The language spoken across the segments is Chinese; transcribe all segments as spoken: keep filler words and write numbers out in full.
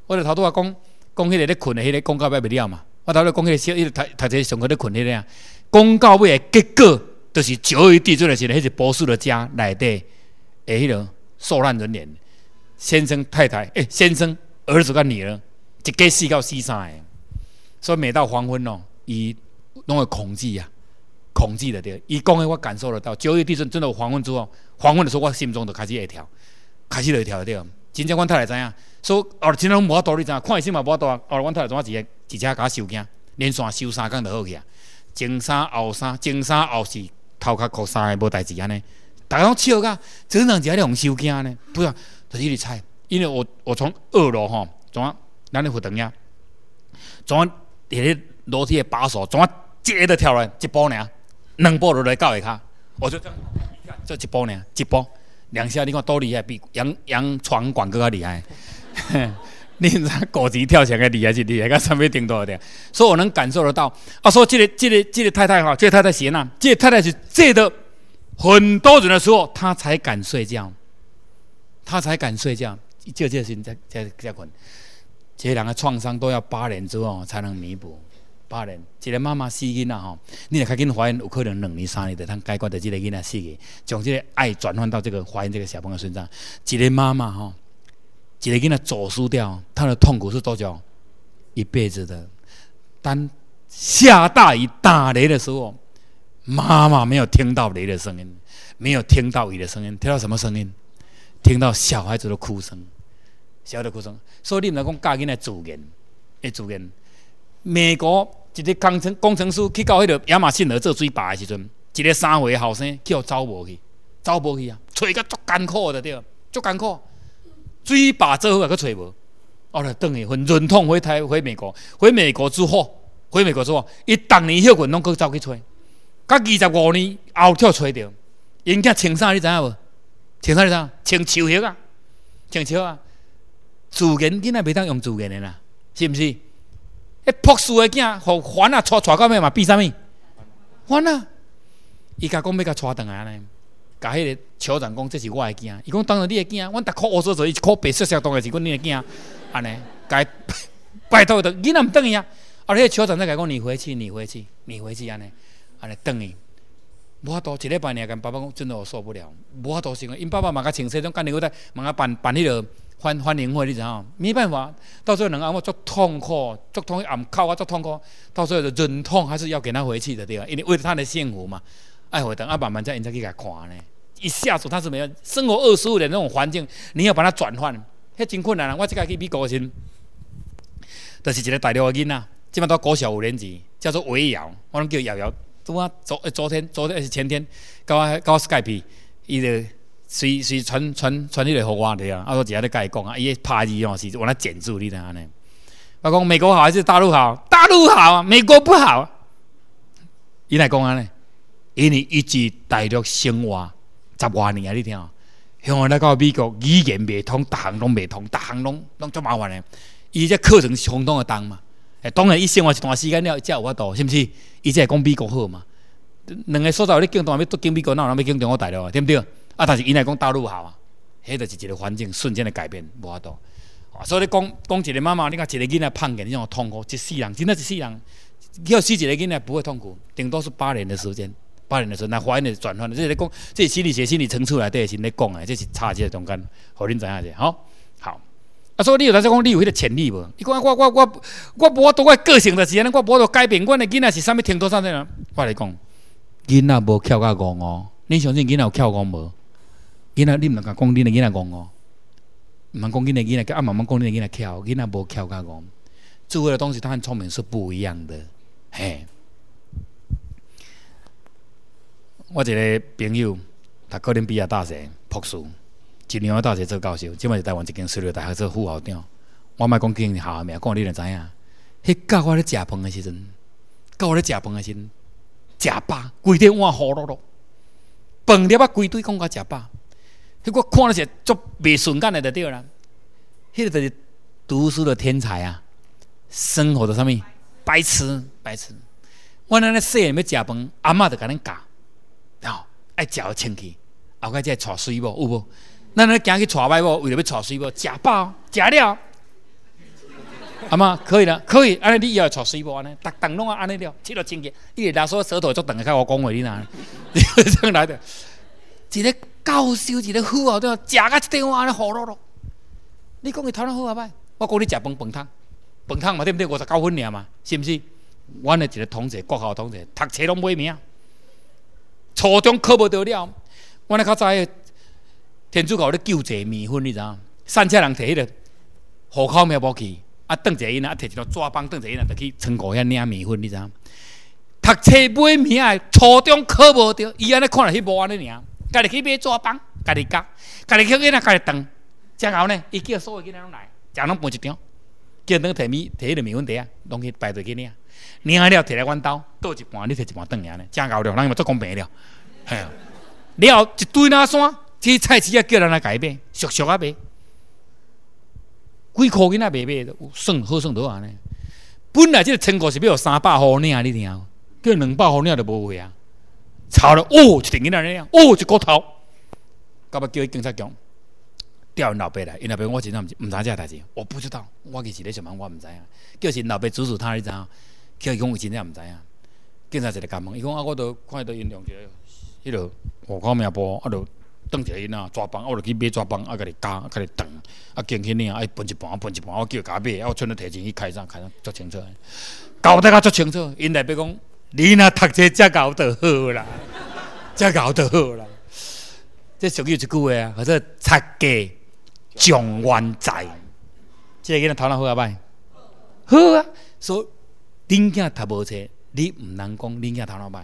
我就头拄啊讲讲迄个咧困的，迄个讲到尾袂了嘛。我头咧讲迄个小，迄个读读册上课咧困迄个啊，讲到尾的结果，就是九二一地震的时候，迄是波叔的家内底的迄个受难人员，先生太太，诶、欸，先生儿子跟女儿，一家死到死三个。所以每到黄昏哦，伊拢会恐惧啊，恐惧的对。伊讲的我感受得到，九二一地震真的有黄昏之后，黄昏的时候我心中就开始会跳，开始就会跳对。真正阮太太知影，所以后来真正无法度你知影，看医生嘛无法度啊。后来阮太太怎啊一个一只甲我收惊，连续收三工就好去啊。前三后三，前三后四，头壳裤三个无代志安尼。大家拢笑甲，真人一下用收惊呢？不是，就是一直猜。因为我我从二楼吼，怎啊，咱咧扶凳呀，怎啊，迄个楼梯的把手，怎啊，一个就跳来一步尔，两步落来到下骹，我就这样，这一步尔，一步。两下你看多厉害，比杨杨传广更加厉害。你知果子跳起来厉害是厉害，到什么程度的？所以我能感受得到。啊，说这个这个这个太太哈，这个太太贤呐，这个太太是借的很多人的时候，她才敢睡觉，她才敢睡觉。就这心才才才困。这两个创伤都要八年之后才能弥补。八年，一个妈妈死囡仔吼，你若较紧怀孕，有可能两年、三年就通解决到这个囡仔死去，将这个爱转换到这个怀孕这个小朋友身上。一个妈妈吼，一个囡仔走失掉，他的痛苦是多久？一辈子的。当下大雨打雷的时候，妈妈没有听到雷的声音，没有听到雨的声音，听到什么声音？听到小孩子的哭声，小孩的哭声。所以你们来讲教囡仔自然，会自然。美国一个工程工程师去到迄个亚马逊河做水坝的时阵，一个三岁的后生叫走无去，走无去啊，找甲足艰苦的对，足艰苦。水坝做好也佫找无，后来转去分忍痛回台回美国，回美国之后，回美国之后，伊逐年休困拢佫走去找，到二十五年后才找着。因囝穿啥你知影无？穿啥你知影？穿树叶啊，穿树啊。自然囡仔袂当用自然的啦，是毋是？迄朴素的囝，互烦啊，带带到尾嘛，比啥物？烦啊！伊甲讲要甲带转来呢，甲迄个酋长讲这是我的囝，伊讲当然你的囝，阮逐箍乌索索，伊一箍白色色当然是阮你的囝，安尼，甲拜托的囡仔唔等伊啊！啊，迄个酋长在甲讲你回去，你回去，你回去安尼，安尼等伊。无法度，一礼拜尔跟爸爸讲，真的我受不了，无法度成因爸爸嘛甲穿西装，干牛仔，嘛甲办办迄个。欢欢迎会，你知影？没办法，到最后两个我足痛苦，足痛暗哭啊，足痛苦，到最后忍痛还是要给他回去的，对吧？因为为了他的幸福嘛，爱回等啊，慢慢再人家去给他看呢。一下子他是没有生活二十五年那种环境，你要把它转换，迄真困难啊！我这个去美国的时，就是一个大陆的囡仔，基本到国小五年级，叫做韦瑶，我拢叫瑶瑶。昨昨昨天昨天是前天，跟我跟我 Skype， 伊就。随随传传传迄个互我的啊，啊，我一下咧甲伊讲啊，伊个拍字哦是往那简注你知安尼。我讲美国好还是大陆好？大陆好啊，美国不好。伊来讲安尼，因为伊是大陆生活十多年啊，你听哦。向来到美国语言袂通，逐项拢袂通，逐项拢拢足麻烦的。伊这课程是相当的重嘛，诶，当然伊生活一段时间了才有法度，是毋是？伊才会讲美国好嘛。两个所在你竞争要都经美国，哪有人要竞争我大陆啊？对不对？啊，但是伊来讲大陆好啊，迄就是一个环境瞬间的改变，无法度。所以你讲讲一个妈妈，你看一个囡仔胖给你这种痛苦，一世人真的一世人，要死一个囡仔不会痛苦，顶多是八年的时间，八年的时间，那怀孕的转换的，这是讲，这是心理学、心理层次来对，是咧讲的，这是差这中间，互恁知影者，好，好。啊，所以你有在讲，你有迄个潜力无？你讲我我我我无多我个性就是安尼，我无多改变，阮的囡仔是啥物程度上的呢？我来讲，囡仔无翘甲戆哦，你相信囡仔有翘戆无？囡仔，你唔能讲讲恁的囡仔戆哦，唔能讲恁的囡仔，啊，慢慢讲恁的囡仔翘，囡仔无翘甲戆。智慧的东西，它和聪明是不一样的。嘿，我一个朋友读哥伦比亚大学博士，一年大学做教授，即摆是台湾一间私立大学做副校长。我莫讲经校校名，讲你就知影。迄教我咧食饭的时阵，教我咧食饭的时阵，食饱，规天碗糊噜噜，饭粒啊规堆，讲我食饱。迄我看了是足袂顺眼的就对啦。迄个就是读书的天才啊，生活的啥物白痴白痴。我咱咧细汉要食饭，阿嬷就甲咱教，吼爱食好清气，后摆才会带水某有无？咱咧行去带歹某，为了要带水某，食饱食了， 阿妈可以了，可以。安尼你以后带水无安尼，逐顿拢安尼了，切到真个，伊会拉说舌头足长个，甲我讲话你哪？你这样来的，一个教授，一个好哦，对吧？食甲一电话安尼糊噜噜。你讲伊头脑好啊歹？我讲你食饭饭汤，饭汤嘛对不对？五十九分尔嘛，是毋是？阮的一个同学，国校同学，读册拢买名，初中考无得了。阮咧较早个天主教咧救济面粉，你知影？散车人摕迄个户口名簿去。啊，转一个囡仔，啊，摕一条纸棒，转一个囡仔，就去仓库遐领面粉，你知影？读册买名诶，初中考无着，伊安尼看落去无安尼尔，家己去买纸棒，家己夹，家己去囡仔，家己炖，真后呢，伊叫所有囡仔拢来，食拢分一张，叫等摕米摕迄个面粉袋啊，拢去排队去领，领了摕来阮兜，倒一半，你摕一半转尔呢，真后了，人伊嘛做公平了，嘿，了后一堆哪山，去菜市啊叫人来家买，俗俗啊买。几箍囡仔卖买，算好算多安尼。本来这个仓库是要三百箍领，你听，叫两百箍领就无话啊。吵了，哦，一定囡仔领，哦，一个头，到尾叫伊警察局调因老爸来，因老爸我真正毋知这代志，我不知道，我其实咧上班我毋知影，叫因老爸指指他，你知影？叫伊讲伊真正毋知影。警察一个甲问，伊讲啊，我都看到因用一个迄落户口名簿，啊，就。转一个囡仔抓棒，我就去买抓棒，啊，甲你夹，啊，甲你炖，啊，经起领，啊，分一半，分一半，我叫伊甲买，啊，我剩了摕钱去开账，开账足清楚，交代甲足清楚。因内边讲，你若读册遮搞就好啦，遮搞就好啦。这属于一句话啊，或者拆家状元财。这个囡仔头脑好啊歹？好啊，所以恁囝读无册，你毋能讲恁囝头脑歹。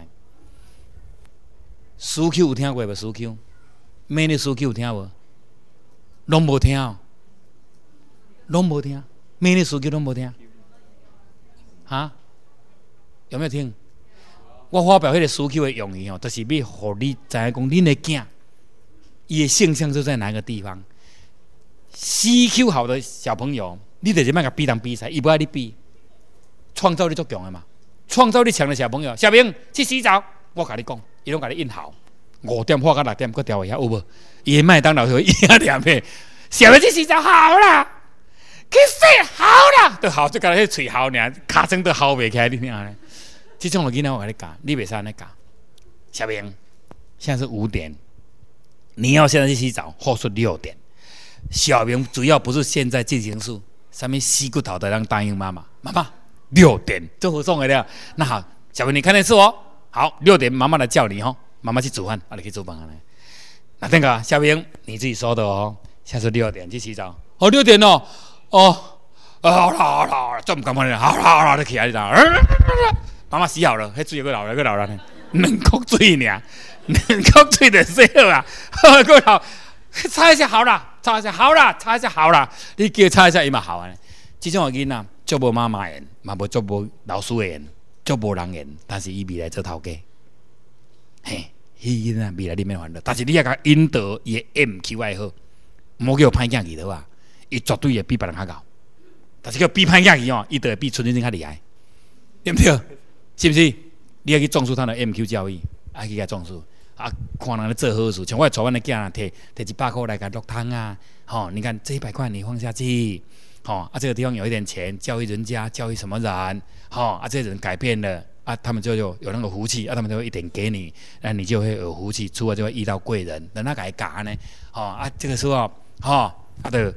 苏 Q 有听过无？苏 Q。美丽书记有听无？拢无听哦，拢无听。美丽书记拢无听，哈？有没有听？我发表迄个书记的用意哦，就是要互你知影讲，恁的囝，伊的性向就在哪个地方。C Q 好的小朋友，你就是莫甲比人比赛，伊不爱你比，创造力足强的嘛。创造力强的小朋友，小明去洗澡，我甲你讲，伊拢甲你印好。五点花到六点，搁调一下有无？伊麦当劳会伊啊念的，小明去洗澡好啦，去洗好啦，都好就甲迄喙好尔，尻川都好袂起来，你听咧？这种的囡仔我甲你教，你袂使安尼教。小明，现在是五点，你要现在去洗澡，或是六点。小明主要不是现在进行式，上面吸骨头的人答应妈妈，妈妈六点就合送的了。那好，小明你看电视哦，好，六点妈妈来叫你哦。妈妈去煮饭，啊，你去煮饭啊？那那个小明，你自己说的哦。现在是六点去洗澡，哦，六点哦，哦，啊，好啦好啦好啦，这么干嘛呢？好啦好啦，你起来啦！妈妈洗好了，迄水又流了，又流了呢，两锅水呢，两锅水就洗好啊，好过头，擦一下好啦，擦一下好啦，擦一下好啦，你叫擦一下伊嘛好啊。这种的囡仔，足无妈妈缘，嘛无足无老师的缘，足无人缘，但是伊未来做头家。嘿，迄囡仔未来你免烦恼，但是你要甲引导伊的 M Q 爱好，莫叫歹囝去头啊，伊绝对会比别人较高。但是叫比歹囝去哦，伊就会比村里人较厉害，对不对？是不是？你要去重视他的 M Q 教育，爱去甲重视啊，看人咧做好事，像我带阮的囝啊，摕摕一百块来甲落汤啊，吼、哦，你看这一百块你放下去，吼、哦、啊，这个地方有一点钱，教育人家，教育什么人，吼、哦、啊，这些人改变了。啊，他们就有有那个福气，啊，他们就会一点给你，那你就会有福气，出来就会遇到贵人，等他改嘎呢，哦啊，这个时候，哦，啊的，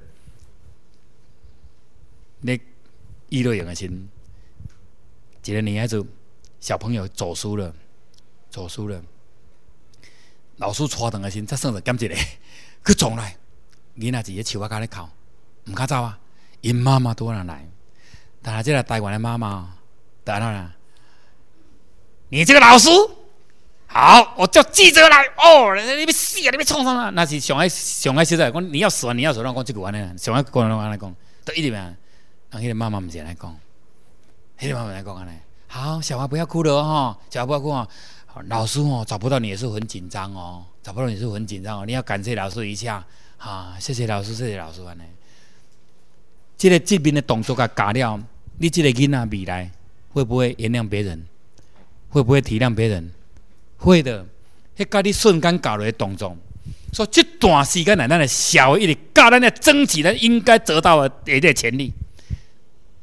你遇到有的时，一个女孩子小朋友走输了，走输了，老师带长的时，才算着减一个，去撞来，囡仔伫个树仔甲咧哭，唔敢走啊，因妈妈都人来，但系这个台湾的妈妈，当然啦。你这个老师，好，我叫记者来哦！你别死啊！你别冲上啊！那是上海上海现在讲你要死啊！你要死，让讲这句话呢？上海讲人安尼讲，都一点啊！让迄个妈妈唔是安尼讲，迄个妈妈来讲安尼。好，小孩不要哭了哦，小孩不要哭哦。老师哦，找不到你也是很紧张哦，找不到你是很紧张哦。你要感谢老师一下，哈，谢谢老师，谢谢老师安尼。这个这边的动作甲加了，你这个囡仔未来会不会原谅别人？会不会体谅别人？会的，迄甲你瞬间搞落的动作，所以这段时间内，咱的社会一直教咱来争取咱应该得到的一个权利。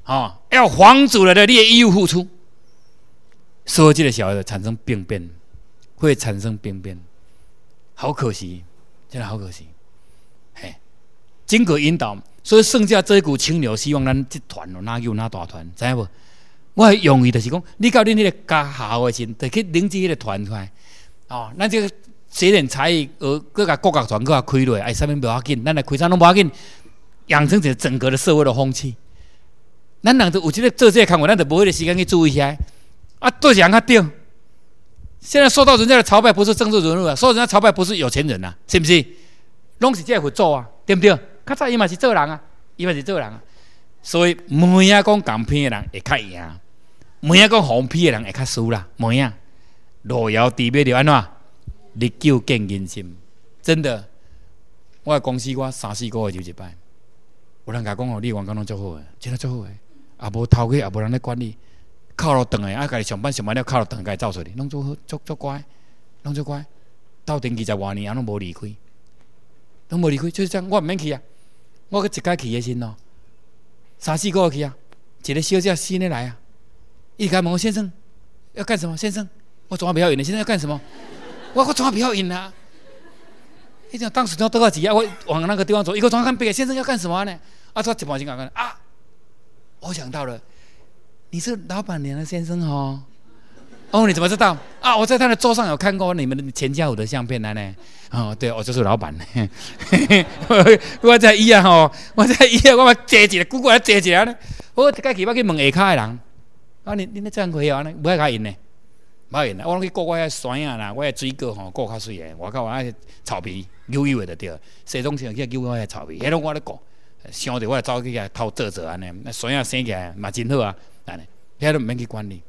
哦，要房主了的你的义务付出，所以这个小孩产生病变，会产生病变，好可惜，真的好可惜。嘿，经过引导，所以剩下这一股清流，希望咱这团哦，哪有哪大团，知影无？我的用意就是讲，你到恁迄个家校的时，就去领起迄个团出来。哦，咱这个学点才艺，呃，各个国家团，各个开落，哎，啥物无要紧，咱来开啥拢无要紧，养成一个整个的社会的风气。咱人就有这个做这个工作，咱就无迄个时间去注意下。啊，对人较对。现在受到人家的朝拜，不是政治人物啊，受人家朝拜不是有钱人啊，是不是？拢是这会做啊，对不对？较早伊嘛是做人啊，伊嘛是做人啊。所以每一讲讲偏的人会较赢。每一个放屁的人会较输啦，每样路遥知马就安怎？日久见人心，真的。我公司我三四个月就一摆，有人甲讲哦，你员工拢足好诶，真的足好诶，也无头家，也无人咧管你，靠路转诶，啊，家己上班上班了，靠路转，家己走出去，拢足好，足足乖，拢足乖。斗阵二十外年，啊，拢无离开，拢无离开，就是这样。我毋免去啊，我去一家去诶先咯，三四个月去啊，一个小姐新的来啊。一开门，先生要干什么？先生，我怎么不要赢呢？先生要干什么？我我怎么不要赢啊？一讲当时要多少钱啊？我往那个地方走，一个转看别先生要干什么呢？啊，他一半先讲啊，我想到了，你是老板娘的先生哦。哦，你怎么知道？啊，我在他的桌上有看过你们的前家五的相片了呢。哦，对，我就是老板。我在医啊吼，我在医啊，我嘛坐一个，姑姑来坐一个呢。我一开始我去问下骹的人。啊！你你那这样可以啊？不爱甲因呢，不爱因呢。我拢去顾我遐山啊啦，我遐水果吼顾较水诶。我靠，我遐草皮悠悠的就对。西装穿去叫我遐草皮，迄拢我咧顾。想着我走去遐偷做做安尼，那山啊生起来嘛真好啊，安尼，遐都毋免去管理。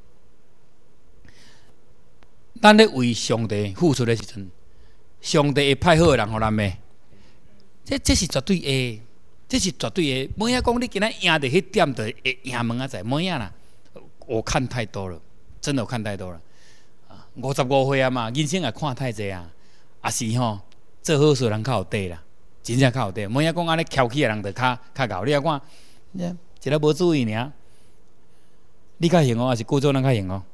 咱咧为上帝付出的时阵，上帝会派好的人互咱咩？这这是绝对会，这是绝对会。每一讲你今仔赢着迄点，就会赢门啊在每啊啦。我看太多了，真的我看太多了。啊，五十五岁啊嘛，人生也看太济啊，也是吼做好事人较有底啦，真正较有底。每一讲安尼翘起的人就较较高。你啊看，一个无注意尔，你较幸福还是故做人较幸福？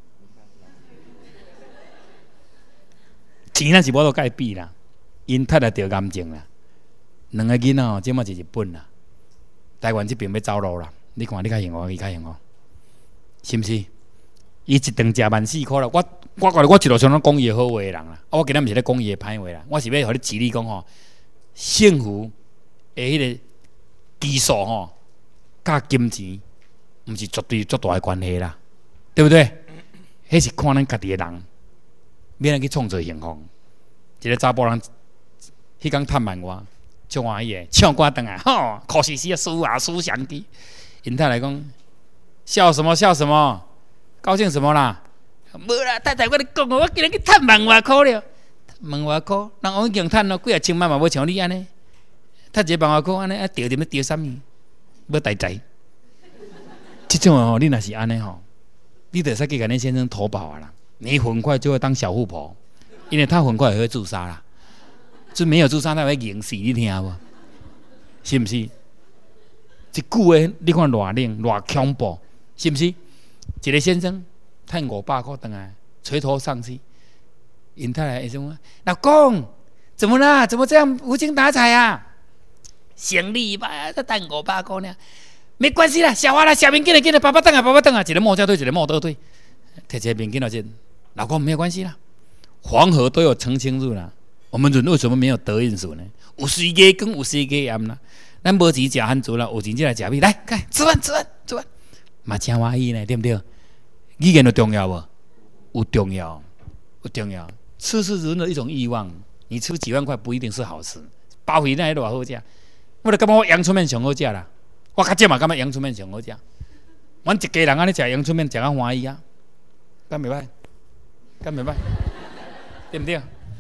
钱那是无都甲伊比啦，因太太得癌症啦，两个囡仔吼，即马是日本啦，台湾这边要走路啦。你看你较幸福，伊较幸福。是毋是？伊一顿食万四块啦！我我讲我一路上拢讲伊好话的人啦，啊，我今日毋是咧讲伊的歹话啦，我是要互你指你讲吼，幸福的迄个基数吼，甲金钱毋是绝对足大的关系啦，对不对？迄是看咱家己的人，免去创造幸福。一个查甫人，迄天探望我，足欢喜的，唱歌转来，吼，可是是输啊输相机，因太来讲。笑什么笑什么？高兴什么啦？无啦，太太，我咧讲哦，我今日去趁万外箍了，万外箍，人往已经趁咯几啊千万嘛，无像你安尼，趁一个万外箍安尼，啊钓点要钓啥物？要大财。这种哦，你若是安尼吼，你得使去甲恁先生投保啊啦，你很快就会当小富婆，因为他很快也会自杀啦，就没有自杀，他会硬死，你听无？是不是？一句话，你看偌冷偌恐怖。是不是？一个先生趁五百块回来，垂头丧气。因太太一说：“老公，怎么啦？怎么这样无精打采啊？行李吧，才趁五百块呢，没关系啦，小花啦，小明进来进来，爸爸等啊，爸爸等啊，一个莫家队，一个莫德队，摕一个面巾落去，老公没有关系啦，黄河都有澄清日啦，我们人为什么没有德运数呢？有时间跟有时间盐啦，咱无钱吃汉族啦，有钱就来吃米，来，看吃饭吃饭吃饭。”嘛真欢喜呢，对不对？语言有重要无？有重要，有重要。吃是人的一种欲望，你吃几万块不一定是好吃。包皮那多好食，我就感觉我阳春面上好食啦。我较少嘛感觉阳春面上好食。阮一家人安尼食阳春面，食啊欢喜啊，敢袂歹？敢袂歹？对不对？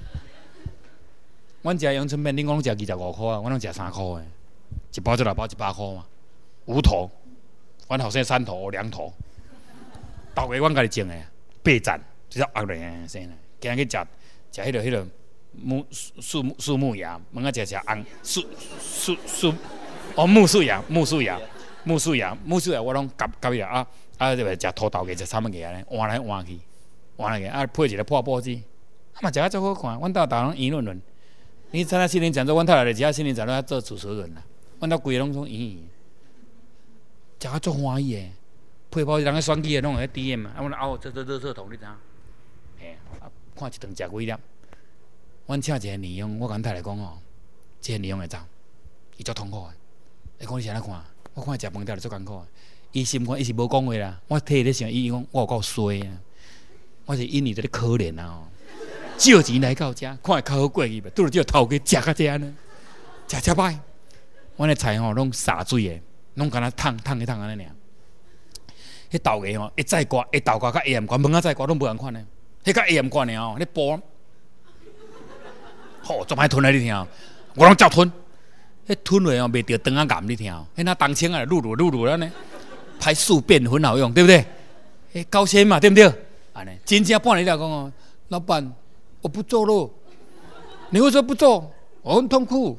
阮食阳春面，恁讲食二十五块啊，阮拢食三块诶，一包就来包一百块嘛，五头。阮后生三头两头，豆芽阮家己种的，八赞，就叫压咧生的。今日去食食迄个迄个木树木树木芽，问啊食食红树树树哦木树芽木树芽， 木薯芽，木薯芽我拢夹夹伊啦啊啊！就食土豆鸡，食三物鸡安尼，换来换去，换来去啊，配一个破报纸，啊嘛食啊足好看。阮兜逐拢圆润润。你参加新年讲座，阮太太就食新年讲座做主持人啦。阮兜规个拢种圆圆，食啊足欢喜诶。配报纸人个选举诶，拢会 D M 啊，阮哦，这这热色桶你知影？嘿，啊，看一顿食几粒。阮请一个年用，我甲阮太太讲哦，这个年用会走，伊足痛苦诶。伊讲你是安怎看？我看伊食饭条就足艰苦诶。伊心肝伊是无讲话啦，我替伊咧想，伊讲我有够衰啊！我是因你在咧可怜啊！哦，借钱来到遮，看会较好过去呗。拄着这个头家食到这呢，食遮歹。阮的菜吼拢洒水的，拢敢若烫烫一烫安尼尔。迄豆芽吼一再刮，一豆刮甲下暗刮，门啊再刮拢无共款呢。迄甲下暗刮尔吼，你剥，吼做歹吞来你听，我拢照吞。迄吞落吼袂着肠啊癌你听，迄那冬青啊露露露露安尼。排宿便很好用，对不对？哎，高纤嘛，对不对？安尼，真正半年了讲哦，老板，我不做了。你为什么不做？我很痛苦。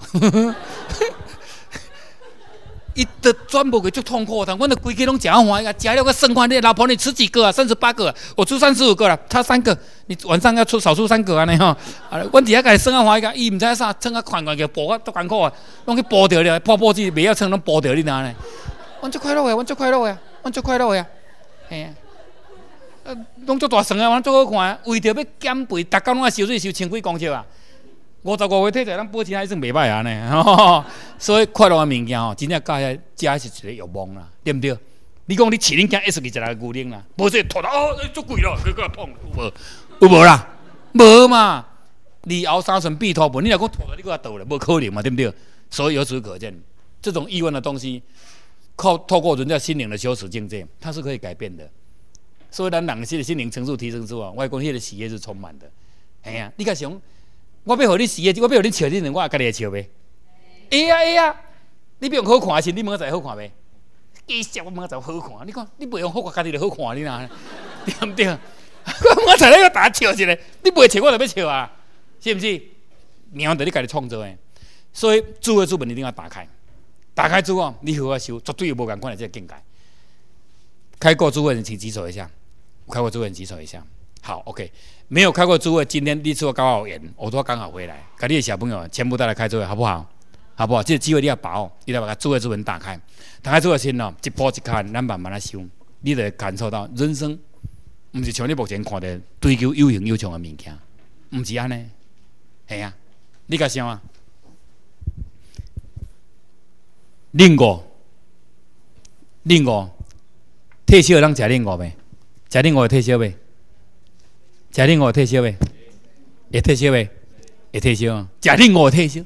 伊的专门给就痛苦，但我的规家拢讲欢喜，食了个剩饭，你老婆你吃几个啊？三十八个、啊，我出三十五个了，差三个，你晚上要出少出三个安尼吼。啊，阮底下家剩啊欢喜，伊唔知啥，剩啊款款个剥啊都艰苦啊，拢去剥掉了，破报纸袂晓剩，拢剥掉你哪呢？阮足快乐诶，阮足快乐诶，阮足快乐诶，嘿啊，呃，拢足大酸啊，阮足好看啊。为着要减肥，逐工拢爱收水收千几公尺啊。五十五岁体重，咱保持还算袂歹啊呢。吼，所以快乐诶物件吼，真正加遐加是一个欲望啦，对毋对？你讲你饲恁囝一十二十来个牛奶啦，无说拖到哦，足贵咯，佮佮碰有无？有无啦？无嘛。二后三顺必托本，你若讲拖到你佮倒咧，无可能嘛，对不对？所以由此可见，这种意愿的东西。靠透过人家心灵的修持境界，它是可以改变的。所以咱人的心灵层次提升之后，我讲迄个喜悦是充满的。哎呀，你甲想，我要互你喜悦，我要互你笑，你我家己会笑袂？会啊会啊，你要用好看的心，你明仔载好看袂？假笑我明仔载好看，你看你袂用好看，家己就好看，你哪？对不对？我明仔载要大家笑一下，你袂笑我就要笑啊，是不是？命就你家己创造的，所以智慧之门一定要打开。打开之后，你好好修，绝对有无共款的这个境界。开过智慧人请举手一下，开过智慧人举手一下。好 ，OK。没有开过智慧，今天你做刚好缘，我都刚好回来，把你的小朋友全部带来开智慧，好不好？好不好？这个机会你要把握，你要把智慧之门打开。打开之后先哦，一步一看，咱慢慢来修，你就会感受到人生，不是像你目前看的追求有形有象的物件，不是安尼。系啊，你甲想啊？另五，另五，退休人食另五未？食另五会退休未？食另五会退休未？会退休未？会退休啊！食另五会退休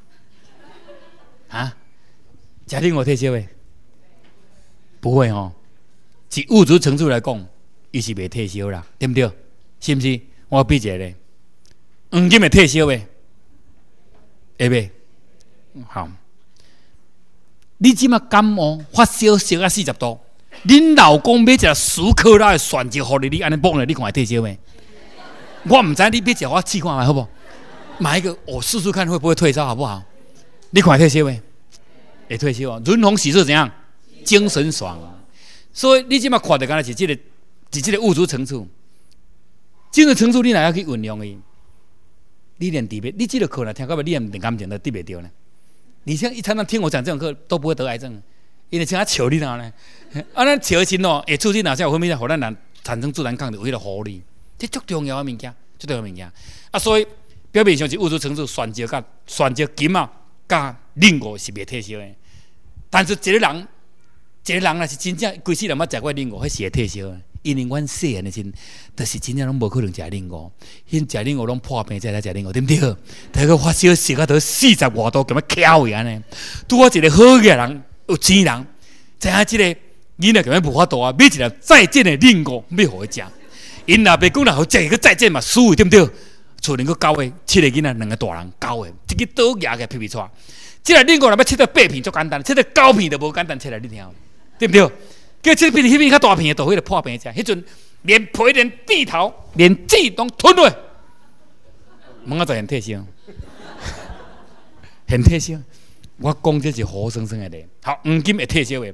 啊？食另五退休未？不会哦。以物质层次来讲，伊是未退休啦，对不对？是不是？我比一个咧，黄金会退休未？会未？好。你即马感冒发烧烧啊四十度，恁老公买一个苏克拉的选择，互你你安尼摸咧，你看会退烧未？我唔知你买一个，我试看卖好不？买一个，我试试看会不会退烧，好不好？你看会退烧未？会退烧啊！润红喜是怎样？精神爽。所以你即马看的，敢若是这个，是这个物质层次。精神层次你哪要去运用伊？你连底边，你这个课呢，听到未？你连点感情都对不对呢？你像一常常听我讲这种课，都不会得癌症，因为像他笑你哪呢？啊，咱笑心哦，会促进哪些方面，互咱人产生自然抗体，有迄个活力，这足重要的物件，足重要的物件。啊，所以表面上是物质层次选择甲选择金啊，甲另外是袂退烧的。但是一个人，一个人若是真正规世人捌食过另外，迄是会退烧的。因为阮细汉的时，就是真正拢无可能食另外，因食另外拢破病才来食另外，对不对？睇个发烧烧到四十外度，咁样翘去安尼。拄好一个好嘅人，有钱人，知影即个囡仔咁样无法度啊，买一个再见的另外要互伊食。因老爸讲啦，好食个再见嘛，输对不对？厝里个九个七个囡仔，两个大人九个，一个倒牙个皮皮出。即个另外若要切到八片足简单，切到九片就无简单切来，你听，对不对？叫切片，迄片较大片的，都迄个破病食。迄阵连皮、连地头、连籽都吞落，蒙仔就很退烧，很退烧。我讲这是活生生的咧。好，黄金会退烧的，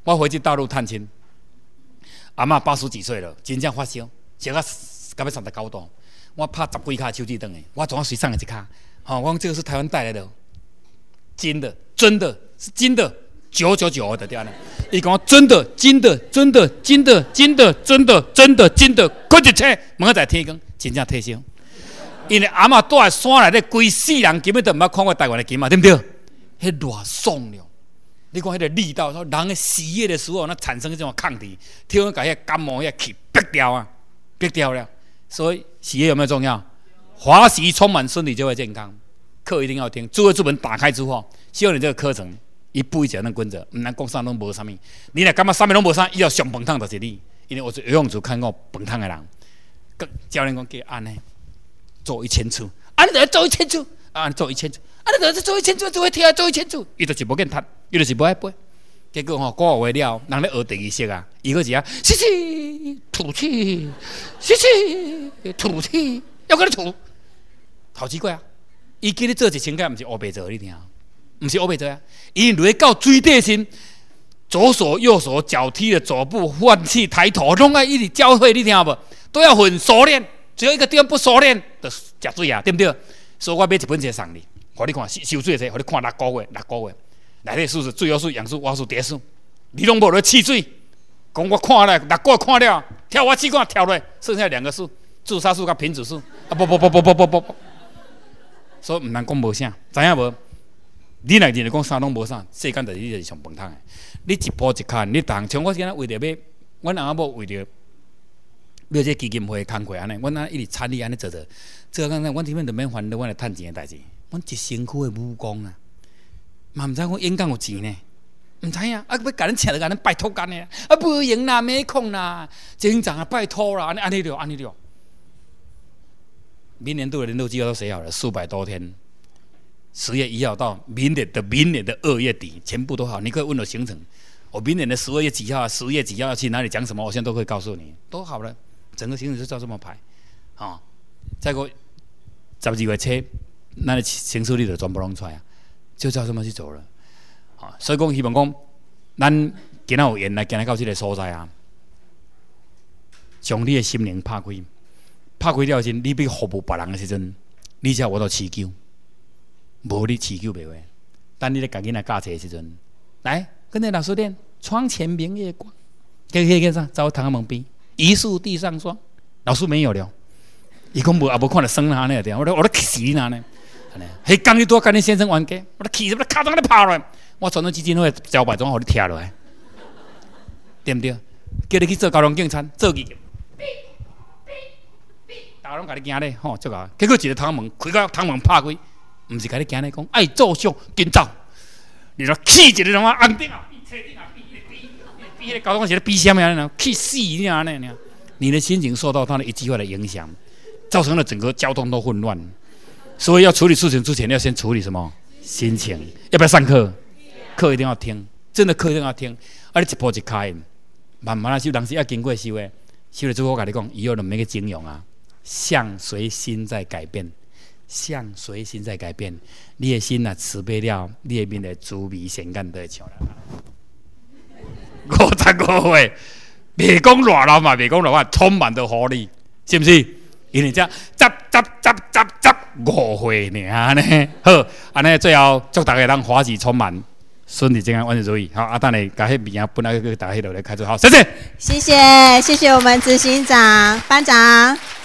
我回去大陆探亲，阿嬷八十几岁了，真正发烧，烧到到要三十九度。我拍十几卡手机灯诶，我总要随上一卡。好、哦，我讲这个是台湾带来的，真的，真的是真的，九九九的对啊。伊讲真的，真的，真的，真的，真的，真的，真的，真的，开一车门在天光，真正退休。因为阿嬷住在山内底，规世人根本都毋捌看过台湾的金嘛，对不对？迄偌爽了！你看迄个力道，说人的死液的时候，那产生这种抗体，天天把迄感冒迄气逼掉啊，逼掉了。所以洗液有没有重要？华习充满，身体就会健康。课一定要听，诸位注本打开之后，希望你这个课程一步一脚能跟着，唔能讲啥拢无啥物。你若感觉啥物拢无啥，伊要上饭堂就是你，因为我是游泳池看过饭堂的人，教练讲叫安尼做一千次，安尼做一千次，啊做一千次，安尼做一千次，做一天做一千次，伊就是无见读，伊就是无爱背。结果吼，过后了，人咧学第二式啊，伊个是啊，吸气吐气，吸气吐气，要跟你吐，好奇怪啊！伊叫你做一千个，毋是乌白做，你听，毋是乌白做啊！伊落到水底时，左手右手脚踢的左步换气抬头，拢爱一直教会你听无？都要很熟练，只有一个地方不熟练，就食水啊，对不对？所以我买一本册送你，互你看收水册，互你看六个月，六个月。内底数是最后数、阳数、瓦数、蝶数，你拢无咧试水。讲我看了，六个月看了，跳我试看跳落，剩下两个数，自杀数甲平指数。啊不不不不不不不不，所以毋通讲无啥，知影无？你若认为讲啥拢无啥，世间就是你就是上饭堂的。你一步一看，你当像我今仔为着要，阮阿某为着要这基金会工课安尼，阮安一直参与安尼做做，做到讲阮这边就免烦恼阮来趁钱的代志，阮一身躯的武功啊！嘛毋知讲演讲有钱呢，毋知影啊！要甲恁请来，甲恁拜托干呢，啊无用啦，没空啦，警长啊，拜托啦，安尼安尼了，安尼了。明年度的年度计划都写好了，四百多天，十月一号到明年的明年的二月底，全部都好。你可以问我行程，我明年的十二月几号、十月几号要去哪里讲什么，我现在都可以告诉你，都好了。整个行程就照这么排，啊、哦，再过十二月初，咱的行事历就全部拢出来啊。就照这么去走了，啊，所以讲希望讲，咱今仔有缘来今日到这个所在啊，将你的心灵拍开，拍开了时，你要服务别人的时阵，你才有到持久，无你持久袂话。等你咧家己来教册的时阵，来跟那老师念窗前明月光，给给给啥？找唐门边，一树地上霜。老师没有了，伊讲无也无看到生哪呢？我我我气死你哪呢？迄工你拄跟你先生冤家，我都气死，我卡当咧拍落来，我传统基金会招牌总互你贴落来，对不对？叫你去做交通警察，做义警，大家拢甲你惊咧，吼，做啊！结果一个窗门开到窗门拍开，毋是甲你惊咧，讲爱做相紧走，你说气一个人啊，红顶啊，比车顶啊，比比比迄个交通是咧比什么呢？气死你啊！那你的心情受到他的一句话的影响，造成了整个交通都混乱。所以要处理事情之前，要先处理什么心情？要不要上课？课一定要听，真的课一定要听。啊，你一步一开，慢慢啊修，人是要经过修的。修了之后，我跟你讲，以后就免去经用啊。相随心在改变，相随心在改变。你的心啊慈悲了，你的面的珠眉善感都会笑了。五十五岁，别讲热闹嘛，别讲热闹，充满着活力，是不是？因为这杂杂杂杂杂误会呢，好，安尼最后祝大家人欢喜充满，顺利健康，万事如意。好，啊，等下把迄名本来给大家落来开始，好，谢谢， 谢谢，谢谢我们执行长、班长。